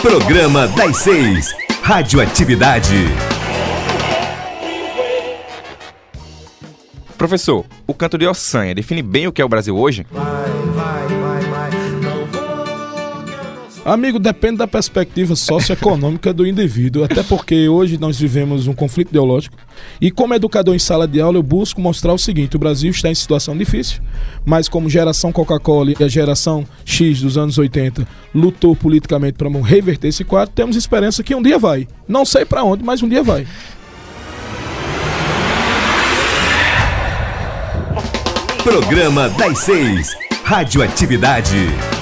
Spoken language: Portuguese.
Programa das 6. Radioatividade. Professor, o canto de Ossanha define bem o que é o Brasil hoje? Amigo, depende da perspectiva socioeconômica do indivíduo, até porque hoje nós vivemos um conflito ideológico e como educador em sala de aula eu busco mostrar o seguinte: o Brasil está em situação difícil, mas como geração Coca-Cola e a geração X dos anos 80 lutou politicamente para reverter esse quadro, temos esperança que um dia vai. Não sei para onde, mas um dia vai. Programa das 6. Radioatividade.